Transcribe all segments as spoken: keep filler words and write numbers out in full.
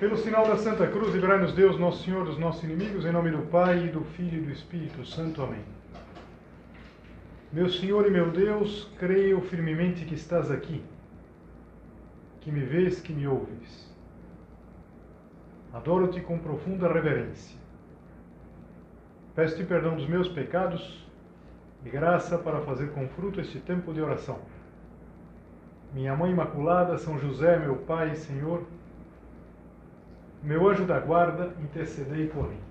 Pelo sinal da Santa Cruz, livrai-nos Deus, nosso Senhor, dos nossos inimigos, em nome do Pai, e do Filho e do Espírito Santo. Amém. Meu Senhor e meu Deus, creio firmemente que estás aqui, que me vês, que me ouves. Adoro-te com profunda reverência. Peço-te perdão dos meus pecados e graça para fazer com fruto este tempo de oração. Minha Mãe Imaculada, São José, meu Pai e Senhor, meu anjo da guarda, intercedei por mim.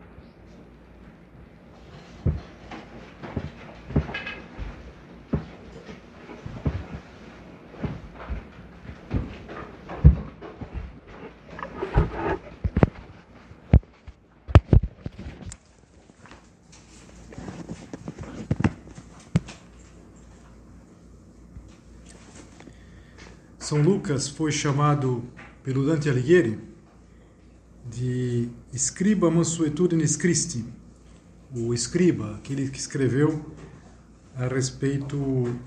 São Lucas foi chamado pelo Dante Alighieri de Scriba Mansuetudinis Christi, o escriba, aquele que escreveu a respeito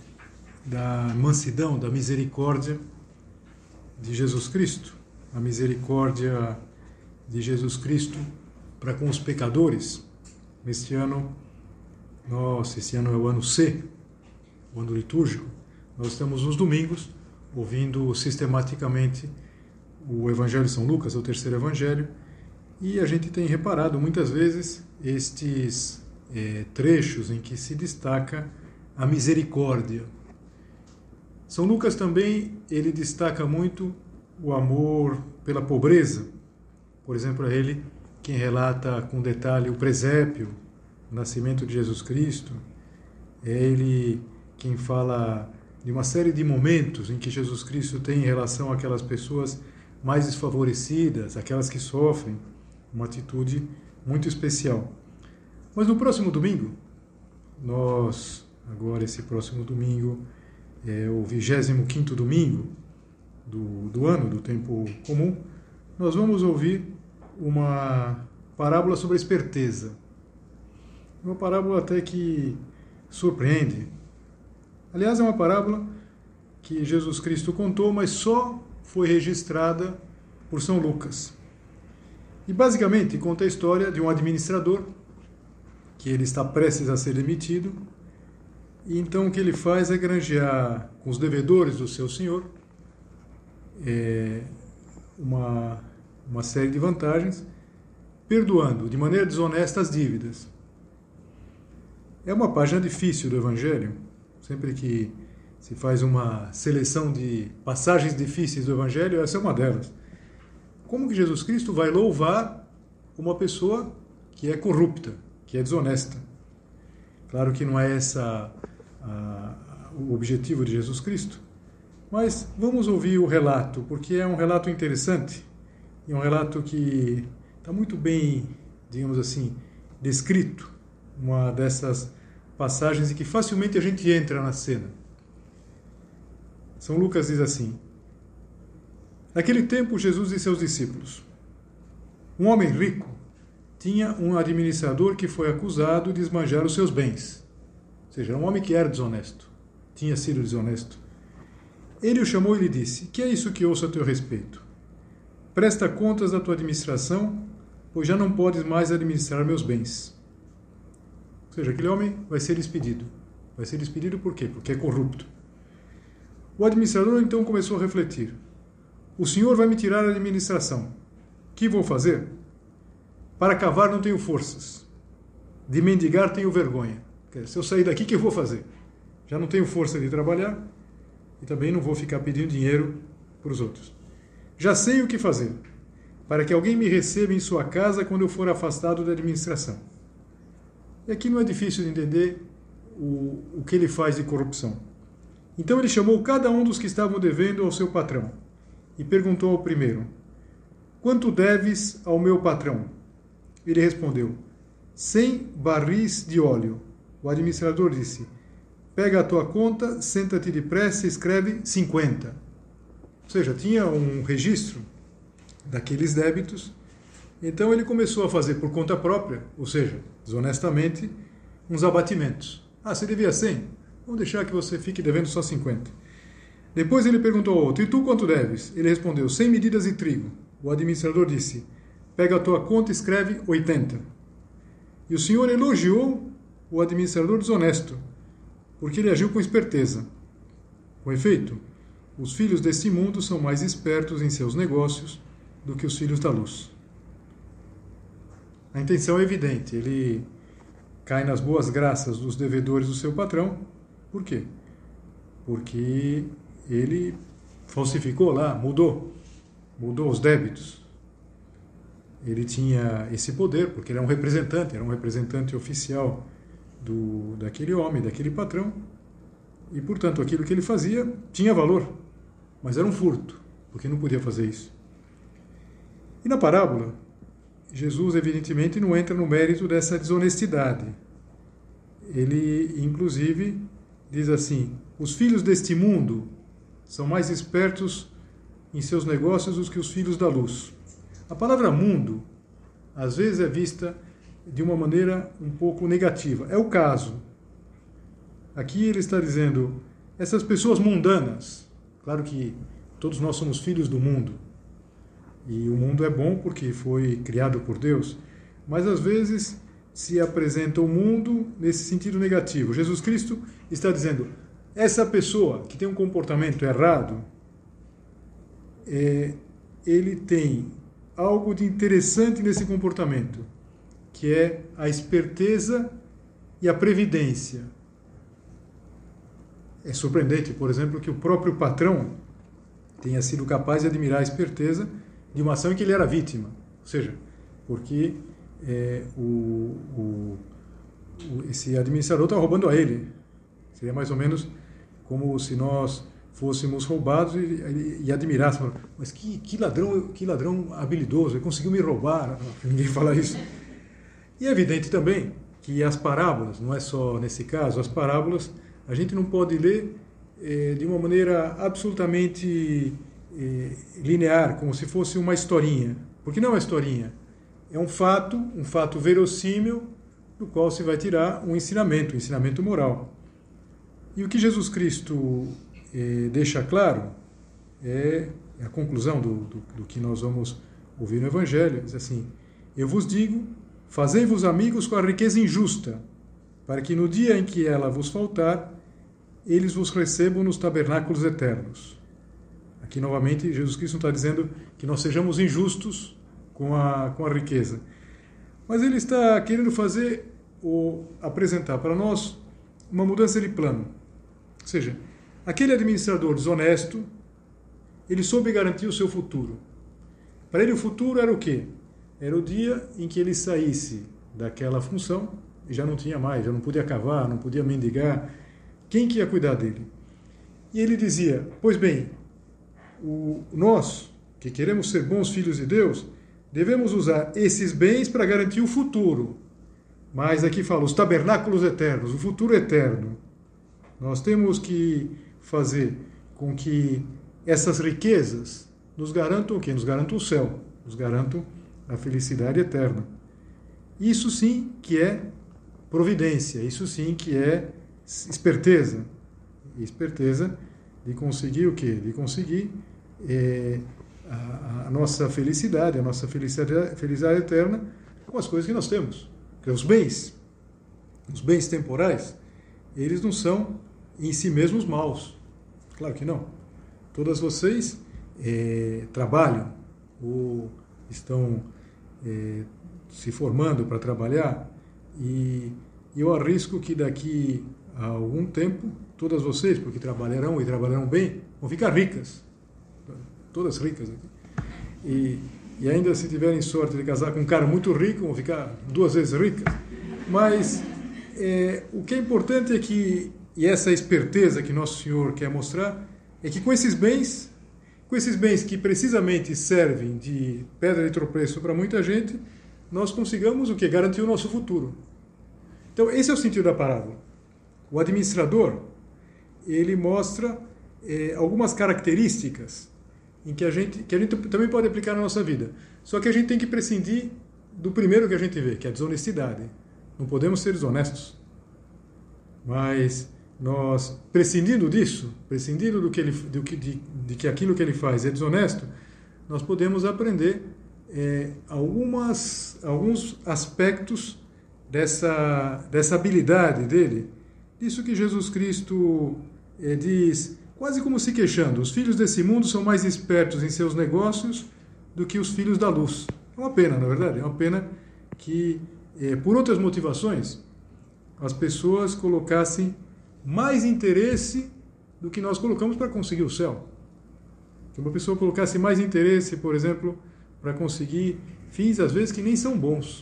da mansidão, da misericórdia de Jesus Cristo, a misericórdia de Jesus Cristo para com os pecadores. Neste ano, nós, esse ano é o ano C, o ano litúrgico, nós estamos nos domingos ouvindo sistematicamente o Evangelho de São Lucas, o terceiro Evangelho, e a gente tem reparado muitas vezes estes é, trechos em que se destaca a misericórdia. São Lucas também, ele destaca muito o amor pela pobreza. Por exemplo, é ele quem relata com detalhe o presépio, o nascimento de Jesus Cristo. É ele quem fala de uma série de momentos em que Jesus Cristo tem em relação àquelas pessoas mais desfavorecidas, aquelas que sofrem, uma atitude muito especial. Mas no próximo domingo, nós, agora esse próximo domingo, é o vigésimo quinto domingo do, do ano, do tempo comum, nós vamos ouvir uma parábola sobre a esperteza. Uma parábola até que surpreende. Aliás, é uma parábola que Jesus Cristo contou, mas só foi registrada por São Lucas. E basicamente conta a história de um administrador que ele está prestes a ser demitido, e então o que ele faz é granjear com os devedores do seu senhor é, uma, uma série de vantagens, perdoando de maneira desonesta as dívidas. É uma página difícil do Evangelho. Sempre que se faz uma seleção de passagens difíceis do Evangelho, essa é uma delas. Como que Jesus Cristo vai louvar uma pessoa que é corrupta, que é desonesta? Claro que não é esse o objetivo de Jesus Cristo, mas vamos ouvir o relato, porque é um relato interessante, e um relato que está muito bem, digamos assim, descrito, uma dessas passagens em que facilmente a gente entra na cena. São Lucas diz assim: naquele tempo, Jesus e seus discípulos. Um homem rico tinha um administrador que foi acusado de esbanjar os seus bens. Ou seja, um homem que era desonesto, tinha sido desonesto. Ele o chamou e lhe disse: que é isso que ouço a teu respeito? Presta contas da tua administração, pois já não podes mais administrar meus bens. Ou seja, aquele homem vai ser despedido. Vai ser despedido por quê? Porque é corrupto. O administrador então começou a refletir: o senhor vai me tirar a administração. Que vou fazer? Para cavar não tenho forças. De mendigar tenho vergonha. Quer dizer, se eu sair daqui, o que eu vou fazer? Já não tenho força de trabalhar e também não vou ficar pedindo dinheiro para os outros. Já sei o que fazer, para que alguém me receba em sua casa quando eu for afastado da administração. E aqui não é difícil de entender o, o que ele faz de corrupção. Então ele chamou cada um dos que estavam devendo ao seu patrão e perguntou ao primeiro: quanto deves ao meu patrão? Ele respondeu: cem barris de óleo. O administrador disse: pega a tua conta, senta-te depressa e escreve cinquenta. Ou seja, tinha um registro daqueles débitos. Então ele começou a fazer por conta própria, ou seja, desonestamente, uns abatimentos. Ah, você devia cem? Vamos deixar que você fique devendo só cinquenta. Depois ele perguntou ao outro: e tu quanto deves? Ele respondeu: cem medidas de trigo. o administrador disse: pega a tua conta e escreve oitenta. E o Senhor elogiou o administrador desonesto, porque ele agiu com esperteza. Com efeito, os filhos deste mundo são mais espertos em seus negócios do que os filhos da luz. A intenção é evidente, ele cai nas boas graças dos devedores do seu patrão. Por quê? Porque ele falsificou lá, mudou, mudou os débitos. Ele tinha esse poder, porque ele era um representante, era um representante oficial do, daquele homem, daquele patrão, e, portanto, aquilo que ele fazia tinha valor, mas era um furto, porque não podia fazer isso. E na parábola, Jesus, evidentemente, não entra no mérito dessa desonestidade. Ele, inclusive, diz assim: os filhos deste mundo são mais espertos em seus negócios do que os filhos da luz. A palavra mundo, às vezes, é vista de uma maneira um pouco negativa. É o caso. Aqui ele está dizendo, essas pessoas mundanas, claro que todos nós somos filhos do mundo, e o mundo é bom porque foi criado por Deus, mas às vezes se apresenta o mundo nesse sentido negativo. Jesus Cristo está dizendo, essa pessoa que tem um comportamento errado, é, ele tem algo de interessante nesse comportamento, que é a esperteza e a previdência. É surpreendente, por exemplo, que o próprio patrão tenha sido capaz de admirar a esperteza de uma ação em que ele era vítima. Ou seja, porque é, o, o, o, esse administrador está roubando a ele. Seria mais ou menos como se nós fôssemos roubados e, e, e admirássemos. Mas que, que, ladrão, que ladrão habilidoso, ele conseguiu me roubar. Ninguém fala isso. E é evidente também que as parábolas, não é só nesse caso, as parábolas a gente não pode ler eh, de uma maneira absolutamente eh, linear, como se fosse uma historinha. Porque não é uma historinha. É um fato, um fato verossímil, do qual se vai tirar um ensinamento, um ensinamento moral. E o que Jesus Cristo eh, deixa claro é a conclusão do, do, do que nós vamos ouvir no Evangelho. Diz assim, eu vos digo, fazei-vos amigos com a riqueza injusta, para que no dia em que ela vos faltar, eles vos recebam nos tabernáculos eternos. Aqui, novamente, Jesus Cristo não está dizendo que nós sejamos injustos com a, com a riqueza. Mas ele está querendo fazer, ou apresentar para nós, uma mudança de plano. Ou seja, aquele administrador desonesto, ele soube garantir o seu futuro. Para ele o futuro era o quê? Era o dia em que ele saísse daquela função, e já não tinha mais, já não podia cavar, não podia mendigar. Quem que ia cuidar dele? E ele dizia, pois bem, o, nós, que queremos ser bons filhos de Deus, devemos usar esses bens para garantir o futuro. Mas aqui fala, os tabernáculos eternos, o futuro eterno. Nós temos que fazer com que essas riquezas nos garantam o quê? Nos garantam o céu, nos garantam a felicidade eterna. Isso sim que é providência, isso sim que é esperteza. Esperteza de conseguir o quê? De conseguir é, a, a nossa felicidade, a nossa felicidade, felicidade eterna com as coisas que nós temos. Porque os bens, os bens temporais, eles não são em si mesmos maus. Claro que não. Todas vocês é, trabalham ou estão é, se formando para trabalhar e eu arrisco que daqui a algum tempo, todas vocês, porque trabalharão e trabalharão bem, vão ficar ricas. Todas ricas aqui. E, e ainda se tiverem sorte de casar com um cara muito rico, vão ficar duas vezes ricas. Mas é, o que é importante é que, e essa esperteza que Nosso Senhor quer mostrar, é que com esses bens, com esses bens que precisamente servem de pedra de tropeço para muita gente, nós consigamos o que? Garantir o nosso futuro. Então, esse é o sentido da parábola. O administrador, ele mostra é, algumas características em que a, gente, que a gente também pode aplicar na nossa vida. Só que a gente tem que prescindir do primeiro que a gente vê, que é a desonestidade. Não podemos ser desonestos. Mas nós, prescindindo disso, prescindindo do que ele, do que, de, de que aquilo que ele faz é desonesto, nós podemos aprender é, algumas, alguns aspectos dessa, dessa habilidade dele, disso que Jesus Cristo é, diz, quase como se queixando, os filhos desse mundo são mais espertos em seus negócios do que os filhos da luz. É uma pena, na verdade, é uma pena que, é, por outras motivações, as pessoas colocassem mais interesse do que nós colocamos para conseguir o céu. Se uma pessoa colocasse mais interesse, por exemplo, para conseguir fins, às vezes, que nem são bons.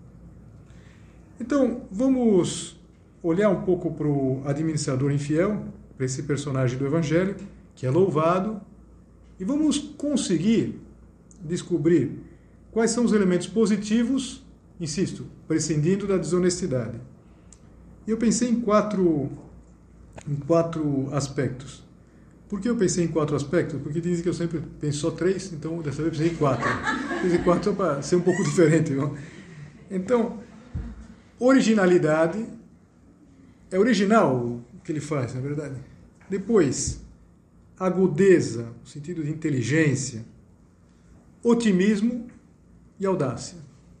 Então, vamos olhar um pouco para o administrador infiel, para esse personagem do Evangelho, que é louvado, e vamos conseguir descobrir quais são os elementos positivos, insisto, prescindindo da desonestidade. E eu pensei em quatro, em quatro aspectos. Por que eu pensei em quatro aspectos? Porque dizem que eu sempre penso só três, então dessa vez eu pensei em quatro. Pensei em quatro só para ser um pouco diferente. Não? Então, originalidade, é original o que ele faz, na verdade. Depois, agudeza, no sentido de inteligência, otimismo e audácia.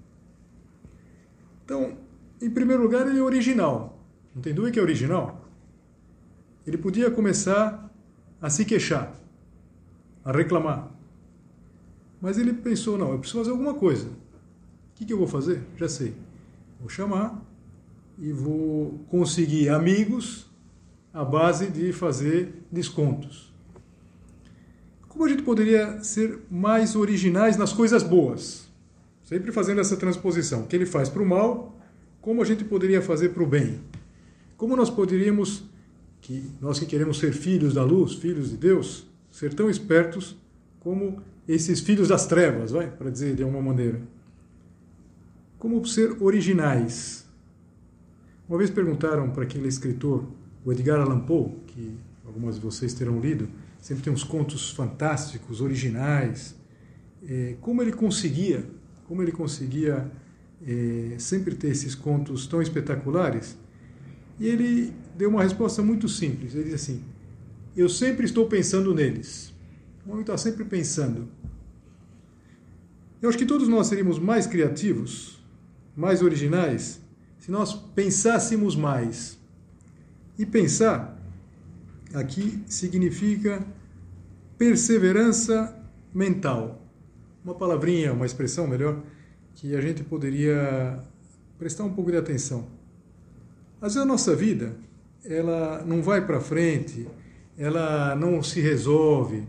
Então, em primeiro lugar, ele é original. Não tem dúvida que é original. Ele podia começar a se queixar, a reclamar. Mas ele pensou, não, eu preciso fazer alguma coisa. O que, que eu vou fazer? Já sei. Vou chamar e vou conseguir amigos à base de fazer descontos. Como a gente poderia ser mais originais nas coisas boas? Sempre fazendo essa transposição. O que ele faz para o mal, como a gente poderia fazer para o bem? Como nós poderíamos, que nós que queremos ser filhos da luz, filhos de Deus, ser tão espertos como esses filhos das trevas, vai, para dizer de alguma maneira? Como ser originais? Uma vez perguntaram para aquele escritor, o Edgar Allan Poe, que algumas de vocês terão lido, sempre tem uns contos fantásticos, originais, é, como ele conseguia, como ele conseguia é, sempre ter esses contos tão espetaculares. E ele deu uma resposta muito simples. Ele diz assim, eu sempre estou pensando neles. O homem está sempre pensando. Eu acho que todos nós seríamos mais criativos, mais originais, se nós pensássemos mais. E pensar aqui significa perseverança mental. Uma palavrinha, uma expressão melhor, que a gente poderia prestar um pouco de atenção. Às vezes a nossa vida, ela não vai para frente, ela não se resolve,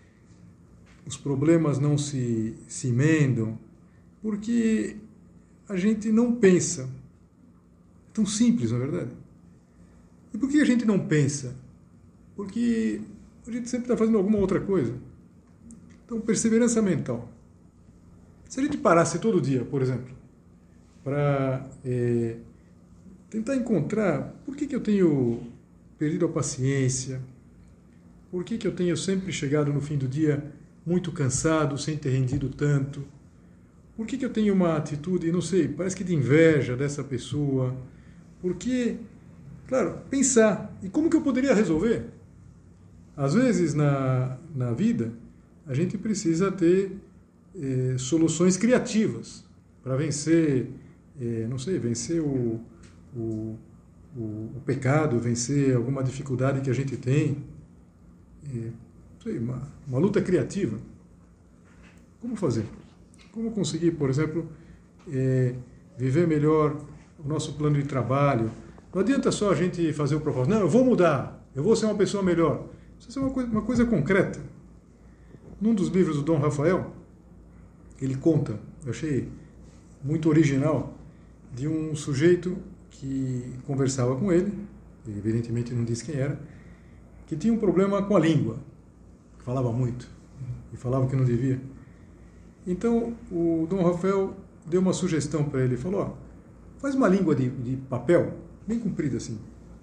os problemas não se, se emendam, porque a gente não pensa. É tão simples, não é verdade? E por que a gente não pensa? Porque a gente sempre está fazendo alguma outra coisa. Então, perseverança mental. Se a gente parasse todo dia, por exemplo, para é, tentar encontrar por que, que eu tenho perdido a paciência, por que, que eu tenho sempre chegado no fim do dia muito cansado, sem ter rendido tanto, por que, que eu tenho uma atitude, não sei, parece que de inveja dessa pessoa, porque, claro, pensar, e como que eu poderia resolver? Às vezes, na, na vida, a gente precisa ter eh, soluções criativas para vencer, eh, não sei, vencer o, o, o, o pecado, vencer alguma dificuldade que a gente tem. Eh, não sei, uma, uma luta criativa. Como fazer? Como conseguir, por exemplo, eh, viver melhor o nosso plano de trabalho? Não adianta só a gente fazer o propósito. Não, eu vou mudar, eu vou ser uma pessoa melhor. Isso é uma coisa, uma coisa concreta. Num dos livros do Dom Rafael, ele conta, eu achei muito original, de um sujeito que conversava com ele, ele evidentemente não disse quem era, que tinha um problema com a língua, que falava muito, e falava que não devia. Então, o Dom Rafael deu uma sugestão para ele, falou, ó, faz uma língua de, de papel, bem comprida assim,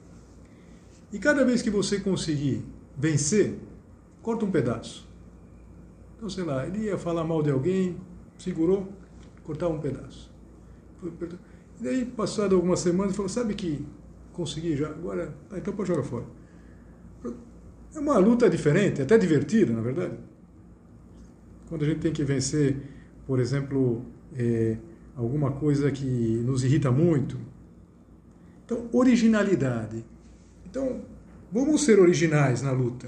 e cada vez que você conseguir vencer, corta um pedaço. Então, sei lá, ele ia falar mal de alguém, segurou, cortava um pedaço. E daí, passado algumas semanas, falou, sabe que consegui já, agora, tá, então pode jogar fora. É uma luta diferente, até divertida, na verdade. quando a gente tem que vencer, por exemplo, é, alguma coisa que nos irrita muito. Então, originalidade. Então, vamos ser originais na luta.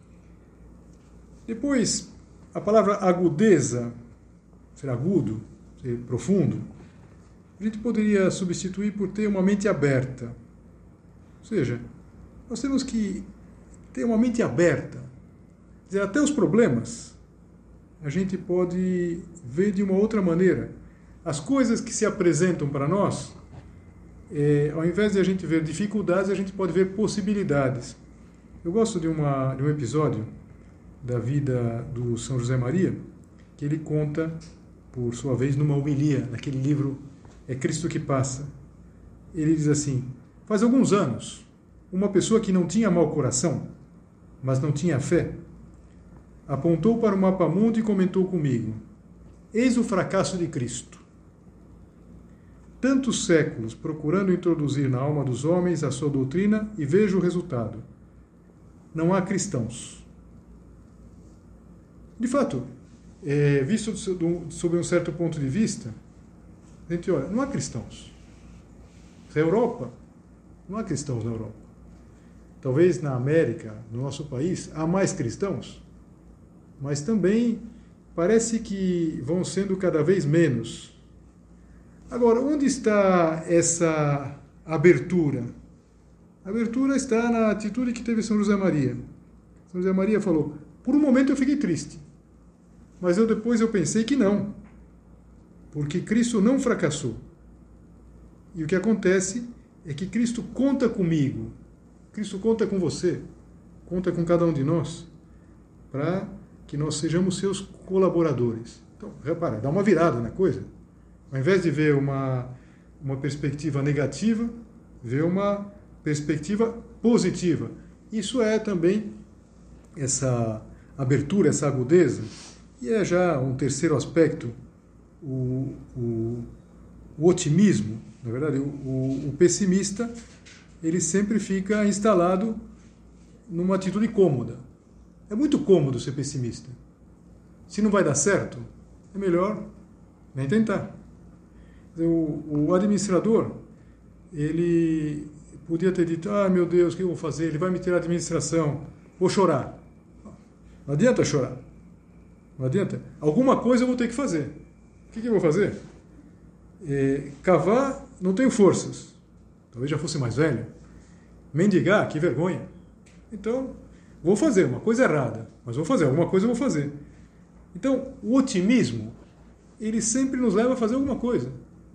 Depois, a palavra agudeza, ser agudo, ser profundo, a gente poderia substituir por ter uma mente aberta. Ou seja, nós temos que ter uma mente aberta. Quer dizer, até os problemas a gente pode ver de uma outra maneira. As coisas que se apresentam para nós, é, ao invés de a gente ver dificuldades, a gente pode ver possibilidades. Eu gosto de, uma, de um episódio da vida do São José Maria, que ele conta, por sua vez, numa homilia, naquele livro É Cristo que Passa. Ele diz assim: faz alguns anos, uma pessoa que não tinha mau coração, mas não tinha fé, apontou para o mapa-mundo e comentou comigo: eis o fracasso de Cristo. Tantos séculos procurando introduzir na alma dos homens a sua doutrina e vejo o resultado. Não há cristãos. De fato, é, visto sob um certo ponto de vista, a gente olha, não há cristãos. Na Europa, não há cristãos na Europa. Talvez na América, no nosso país, há mais cristãos, mas também parece que vão sendo cada vez menos. Agora, onde está essa abertura? A abertura está na atitude que teve São José Maria. São José Maria falou: por um momento eu fiquei triste, mas eu depois eu pensei que não, porque Cristo não fracassou. E o que acontece é que Cristo conta comigo, Cristo conta com você, conta com cada um de nós, para que nós sejamos seus colaboradores. Então, repara, dá uma virada na coisa. Ao invés de ver uma, uma perspectiva negativa, ver uma perspectiva positiva. Isso é também essa abertura, essa agudeza. E é já um terceiro aspecto, o, o, o otimismo. Na verdade, o, o, o pessimista, ele sempre fica instalado numa atitude cômoda. É muito cômodo ser pessimista. Se não vai dar certo, é melhor nem tentar. O, o administrador, ele podia ter dito: ah, meu Deus, o que eu vou fazer? Ele vai me tirar a administração, vou chorar. Não adianta chorar. Não adianta. Alguma coisa eu vou ter que fazer. O que, que eu vou fazer? É, cavar, não tenho forças. Talvez já fosse mais velho. Mendigar, que vergonha. Então, vou fazer uma coisa errada, mas vou fazer, alguma coisa eu vou fazer. Então, o otimismo, ele sempre nos leva a fazer alguma coisa.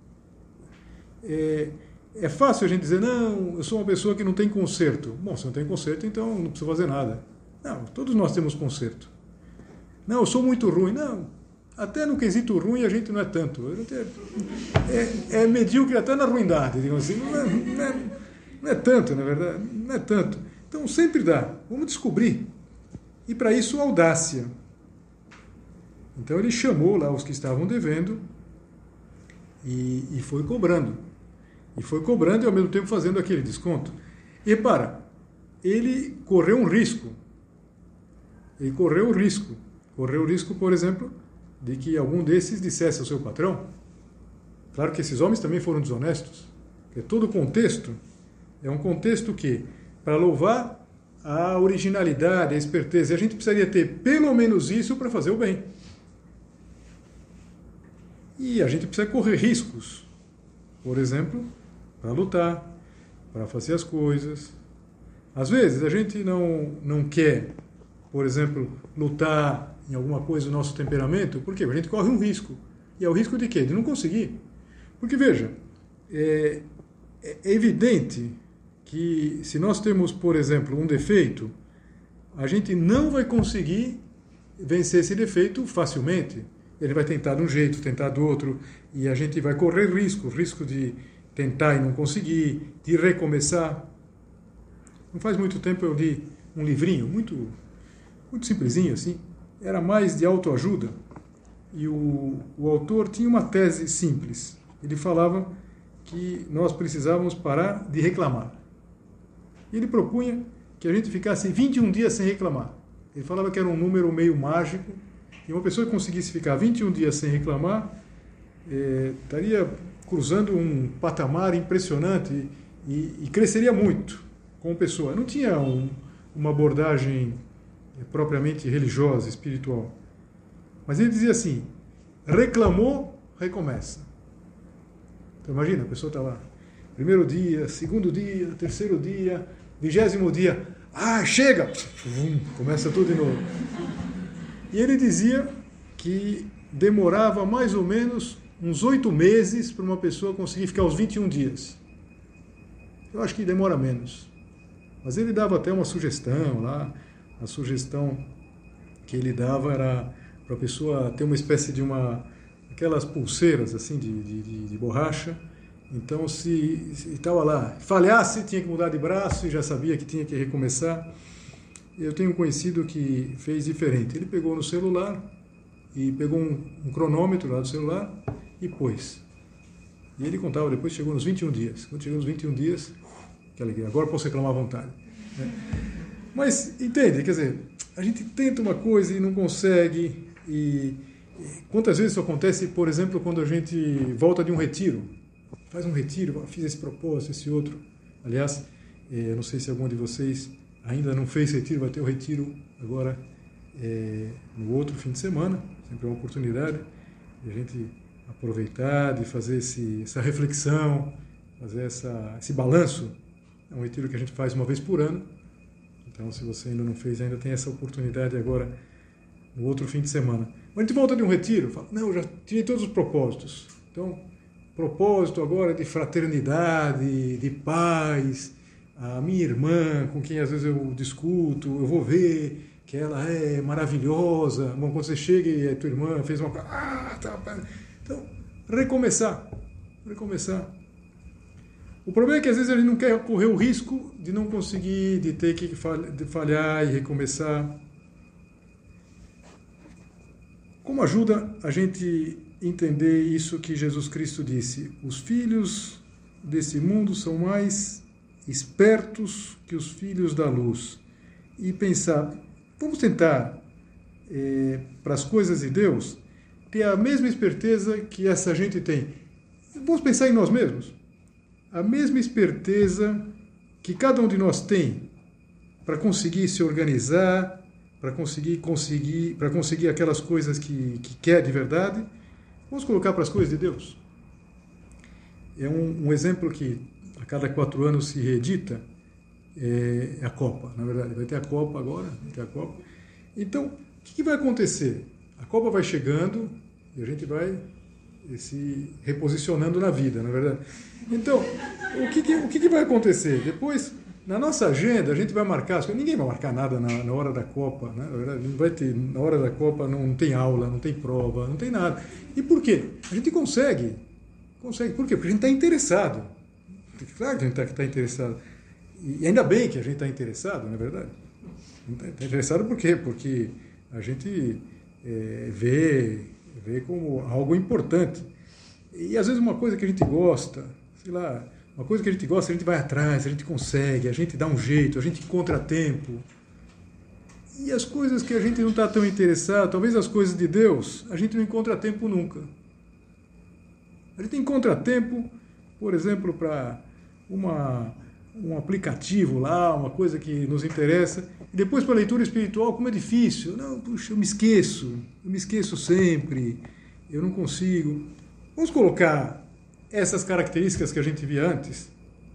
É, é fácil a gente dizer: não, eu sou uma pessoa que não tem conserto. Bom, se não tem conserto, então não precisa fazer nada. Não, todos nós temos conserto. Não, eu sou muito ruim. Não, até no quesito ruim a gente não é tanto. É, é, é medíocre até na ruindade, digamos assim. Não é, não, é, não é tanto, na verdade. Não é tanto. Então sempre dá. Vamos descobrir. E para isso, audácia. Então ele chamou lá os que estavam devendo e, e foi cobrando. E foi cobrando e ao mesmo tempo fazendo aquele desconto. E repara, ele correu um risco. Ele correu o risco. Correu o risco, por exemplo, de que algum desses dissesse ao seu patrão. Claro que esses homens também foram desonestos. Porque todo o contexto é um contexto que, para louvar a originalidade, a esperteza, a gente precisaria ter pelo menos isso para fazer o bem. E a gente precisa correr riscos. Por exemplo, para lutar, para fazer as coisas. Às vezes a gente não, não quer, por exemplo, lutar em alguma coisa do nosso temperamento. Por quê? A gente corre um risco. E é o risco de quê? De não conseguir. Porque, veja, é, é evidente que se nós temos, por exemplo, um defeito, a gente não vai conseguir vencer esse defeito facilmente. Ele vai tentar de um jeito, tentar do outro, e a gente vai correr risco, risco de tentar e não conseguir, de recomeçar. Não faz muito tempo eu li um livrinho, muito, muito simplesinho assim, era mais de autoajuda, e o, o autor tinha uma tese simples. Ele falava que nós precisávamos parar de reclamar. E ele propunha que a gente ficasse vinte e um dias sem reclamar. Ele falava que era um número meio mágico, E uma pessoa que conseguisse ficar vinte e um dias sem reclamar, é, estaria cruzando um patamar impressionante e, e cresceria muito como pessoa. Não tinha um, uma abordagem propriamente religiosa, espiritual. Mas ele dizia assim, reclamou, recomeça. Então imagina, a pessoa está lá, primeiro dia, segundo dia, terceiro dia, vigésimo dia, ah, chega! Vum, começa tudo de novo. E ele dizia que demorava mais ou menos uns oito meses para uma pessoa conseguir ficar os vinte e um dias. Eu acho que demora menos. Mas ele dava até uma sugestão lá. A sugestão que ele dava era para a pessoa ter uma espécie de uma... aquelas pulseiras assim de, de, de borracha. Então, se estava lá, falhasse, tinha que mudar de braço e já sabia que tinha que recomeçar. Eu tenho um conhecido que fez diferente. Ele pegou no celular e pegou um, um cronômetro lá do celular e pôs. E ele contava, depois chegou nos vinte e um dias. Quando chegou nos vinte e um dias, que alegria, agora posso reclamar à vontade. Né? Mas, entende, quer dizer, a gente tenta uma coisa e não consegue. E, e quantas vezes isso acontece, por exemplo, quando a gente volta de um retiro? Faz um retiro, fiz esse propósito, esse outro. Aliás, eu não sei se algum de vocês ainda não fez retiro, vai ter o retiro agora é, no outro fim de semana, sempre é uma oportunidade de a gente aproveitar, de fazer esse, essa reflexão, fazer essa, esse balanço. É um retiro que a gente faz uma vez por ano, então se você ainda não fez, ainda tem essa oportunidade agora no outro fim de semana. Mas a gente volta de um retiro, fala, não, eu já tirei todos os propósitos, então propósito agora de fraternidade, de paz, a minha irmã, com quem às vezes eu discuto, eu vou ver que ela é maravilhosa. Bom, quando você chega e a tua irmã fez uma coisa... Ah, tá, então, recomeçar. Recomeçar. O problema é que às vezes a gente não quer correr o risco de não conseguir, de ter que falhar e recomeçar. Como ajuda a gente entender isso que Jesus Cristo disse? Os filhos desse mundo são mais espertos que os filhos da luz. E pensar, vamos tentar, é, para as coisas de Deus, ter a mesma esperteza que essa gente tem. Vamos pensar em nós mesmos. A mesma esperteza que cada um de nós tem para conseguir se organizar, para conseguir, conseguir, para conseguir aquelas coisas que, que quer de verdade. Vamos colocar para as coisas de Deus. É um, um exemplo que a cada quatro anos se reedita, é a Copa, na verdade. Vai ter a Copa agora, vai ter a Copa. Então, o que, que vai acontecer? A Copa vai chegando e a gente vai se reposicionando na vida, na verdade. Então, o que, que, o que, que vai acontecer? Depois, na nossa agenda, a gente vai marcar as coisas. Ninguém vai marcar nada na, na hora da Copa, né? Na verdade, não vai ter, na hora da Copa não tem aula, não tem prova, não tem nada. E por quê? A gente consegue. Consegue. Por quê? Porque a gente está interessado. Claro que a gente está interessado. E ainda bem que a gente está interessado, não é verdade? Está interessado por quê? Porque a gente é, vê, vê como algo importante. E às vezes uma coisa que a gente gosta, sei lá, uma coisa que a gente gosta, a gente vai atrás, a gente consegue, a gente dá um jeito, a gente encontra tempo. E as coisas que a gente não está tão interessado, talvez as coisas de Deus, a gente não encontra tempo nunca. A gente encontra tempo, por exemplo, para uma, um aplicativo lá, uma coisa que nos interessa, e depois para a leitura espiritual, como é difícil. Não, puxa, eu me esqueço, eu me esqueço sempre, eu não consigo. Vamos colocar essas características que a gente via antes.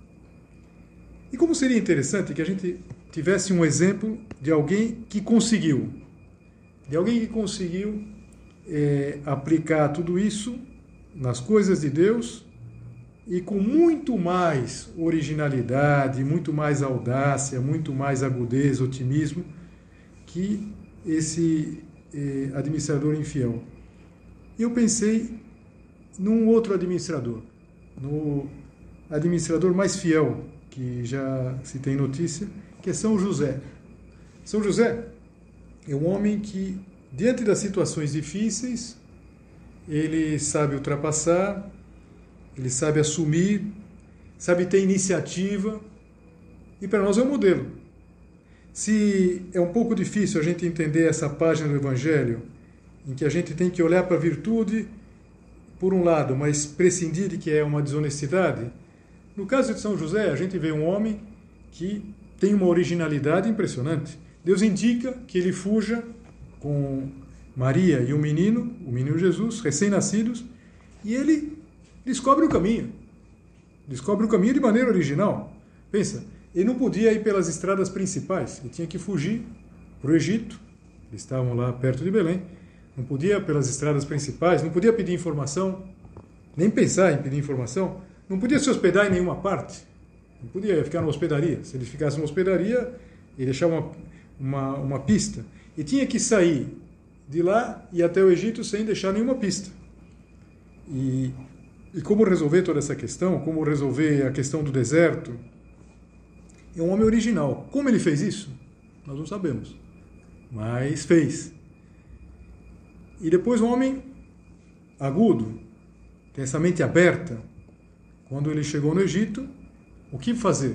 E como seria interessante que a gente tivesse um exemplo de alguém que conseguiu, de alguém que conseguiu é, aplicar tudo isso nas coisas de Deus e com muito mais originalidade, muito mais audácia, muito mais agudeza, otimismo que esse eh, administrador infiel. Eu pensei num outro administrador, no administrador mais fiel que já se tem notícia, que é São José. São José é um homem que, diante das situações difíceis, ele sabe ultrapassar, ele sabe assumir, sabe ter iniciativa, e para nós é um modelo. Se é um pouco difícil a gente entender essa página do Evangelho em que a gente tem que olhar para a virtude, por um lado, mas prescindir de que é uma desonestidade. No caso de São José, a gente vê um homem que tem uma originalidade impressionante. Deus indica que ele fuja com Maria e o menino, o menino Jesus, recém-nascidos, e ele descobre o caminho. Descobre o caminho de maneira original. Pensa, ele não podia ir pelas estradas principais, ele tinha que fugir para o Egito, eles estavam lá perto de Belém, não podia ir pelas estradas principais, não podia pedir informação, nem pensar em pedir informação, não podia se hospedar em nenhuma parte, não podia ficar numa hospedaria. Se ele ficasse numa hospedaria, ele deixava uma, uma, uma pista, e tinha que sair de lá e até o Egito sem deixar nenhuma pista. E, e como resolver toda essa questão, como resolver a questão do deserto? É um homem original. Como ele fez isso? Nós não sabemos, mas fez. E depois um homem agudo, tem essa mente aberta. Quando ele chegou no Egito, o que fazer?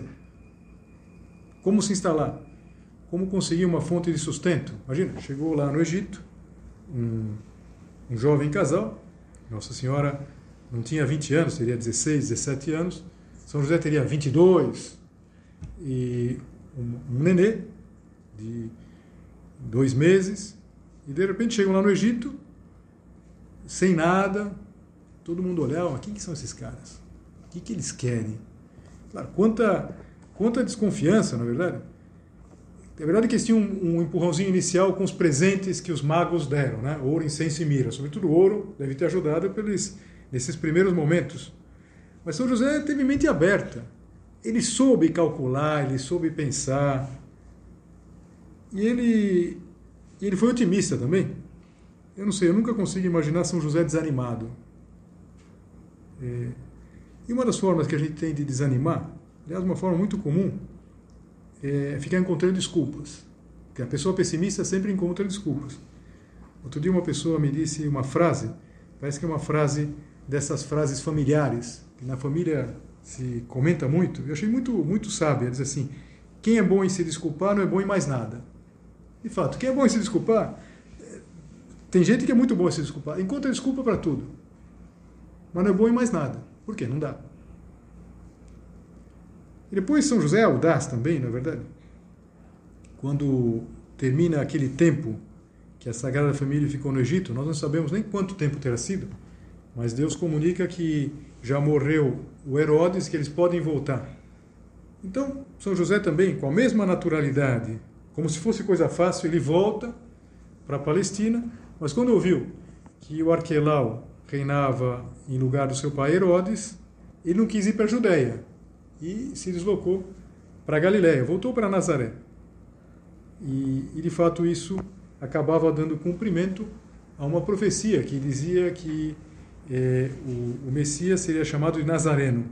Como se instalar? Como conseguir uma fonte de sustento? Imagina, chegou lá no Egito, um, um jovem casal, Nossa Senhora não tinha vinte anos, teria dezesseis, dezessete anos, São José teria vinte e dois, e um, um nenê de dois meses, e de repente chegam lá no Egito, sem nada, todo mundo olhava, mas quem que são esses caras? O que, que eles querem? Claro, quanta, quanta desconfiança, na verdade. É verdade que eles tinham um, um empurrãozinho inicial com os presentes que os magos deram, né? Ouro, incenso e mirra. Sobretudo ouro deve ter ajudado pelos, nesses primeiros momentos. Mas São José teve mente aberta. Ele soube calcular, ele soube pensar. E ele, ele foi otimista também. Eu não sei, eu nunca consigo imaginar São José desanimado. É, e uma das formas que a gente tem de desanimar, aliás, uma forma muito comum, é ficar encontrando desculpas. Porque a pessoa pessimista sempre encontra desculpas. Outro dia uma pessoa me disse uma frase, parece que é uma frase dessas frases familiares, que na família se comenta muito, eu achei muito, muito sábia. Ela diz assim, quem é bom em se desculpar não é bom em mais nada. De fato, quem é bom em se desculpar, tem gente que é muito bom em se desculpar, encontra desculpa para tudo, mas não é bom em mais nada. Por quê? Não dá. E depois São José é audaz também, na verdade. Quando termina aquele tempo que a Sagrada Família ficou no Egito, nós não sabemos nem quanto tempo terá sido, mas Deus comunica que já morreu o Herodes, que eles podem voltar. Então, São José também, com a mesma naturalidade, como se fosse coisa fácil, ele volta para a Palestina, mas quando ouviu que o Arquelau reinava em lugar do seu pai Herodes, ele não quis ir para a Judéia e se deslocou para a Galiléia, voltou para Nazaré. E, e, de fato, isso acabava dando cumprimento a uma profecia que dizia que é, o, o Messias seria chamado de Nazareno.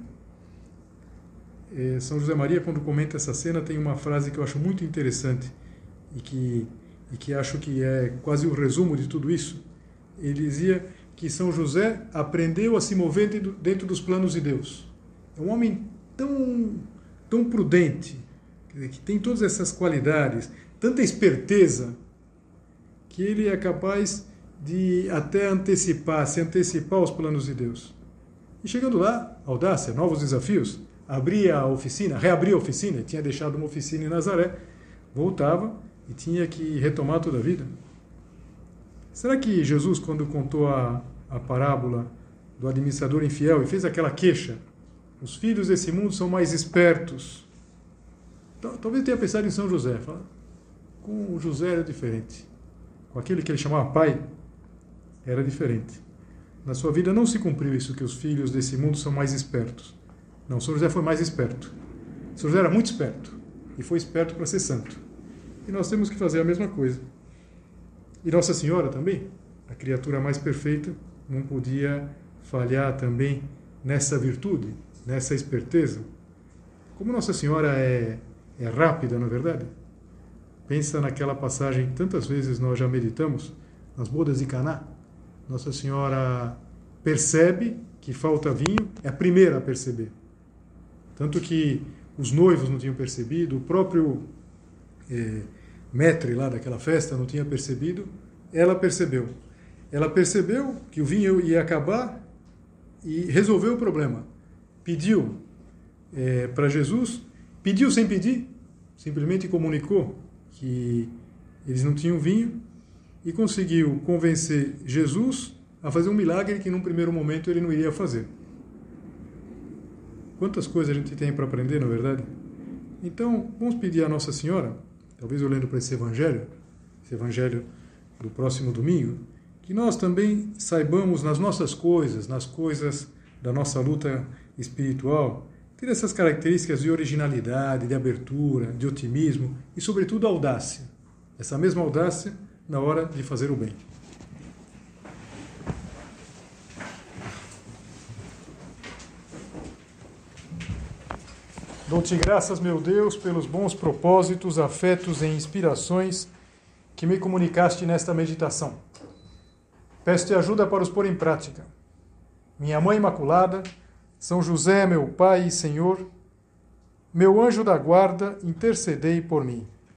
É, São José Maria, quando comenta essa cena, tem uma frase que eu acho muito interessante e que, e que acho que é quase o resumo de tudo isso. Ele dizia que São José aprendeu a se mover dentro, dentro dos planos de Deus. É um homem tão, tão prudente, que tem todas essas qualidades, tanta esperteza, que ele é capaz de até antecipar, se antecipar aos planos de Deus. E chegando lá, audácia, novos desafios, abria a oficina, reabria a oficina, ele tinha deixado uma oficina em Nazaré, voltava e tinha que retomar toda a vida. Será que Jesus, quando contou a, a parábola do administrador infiel e fez aquela queixa, os filhos desse mundo são mais espertos, talvez tenha pensado em São José, fala, com o José era diferente, com aquele que ele chamava pai, era diferente. Na sua vida não se cumpriu isso, que os filhos desse mundo são mais espertos. Não, São José foi mais esperto. São José era muito esperto, e foi esperto para ser santo. E nós temos que fazer a mesma coisa. E Nossa Senhora também, a criatura mais perfeita, não podia falhar também nessa virtude, nessa esperteza. Como Nossa Senhora é, é rápida, não é verdade? Pensa naquela passagem que tantas vezes nós já meditamos, nas bodas de Caná. Nossa Senhora percebe que falta vinho, é a primeira a perceber. Tanto que os noivos não tinham percebido, o próprio é, maître lá daquela festa não tinha percebido, ela percebeu. ela percebeu que o vinho ia acabar e resolveu o problema. Pediu é, para Jesus, pediu sem pedir, simplesmente comunicou que eles não tinham vinho e conseguiu convencer Jesus a fazer um milagre que num primeiro momento ele não iria fazer. Quantas coisas a gente tem para aprender, na verdade? Então, vamos pedir a Nossa Senhora, talvez olhando para esse evangelho, esse evangelho do próximo domingo, que nós também saibamos nas nossas coisas, nas coisas da nossa luta espiritual, ter essas características de originalidade, de abertura, de otimismo e, sobretudo, audácia. Essa mesma audácia na hora de fazer o bem. Dou-te graças, meu Deus, pelos bons propósitos, afetos e inspirações que me comunicaste nesta meditação. Peço-te ajuda para os pôr em prática. Minha Mãe Imaculada, São José, meu Pai e Senhor, meu anjo da guarda, intercedei por mim.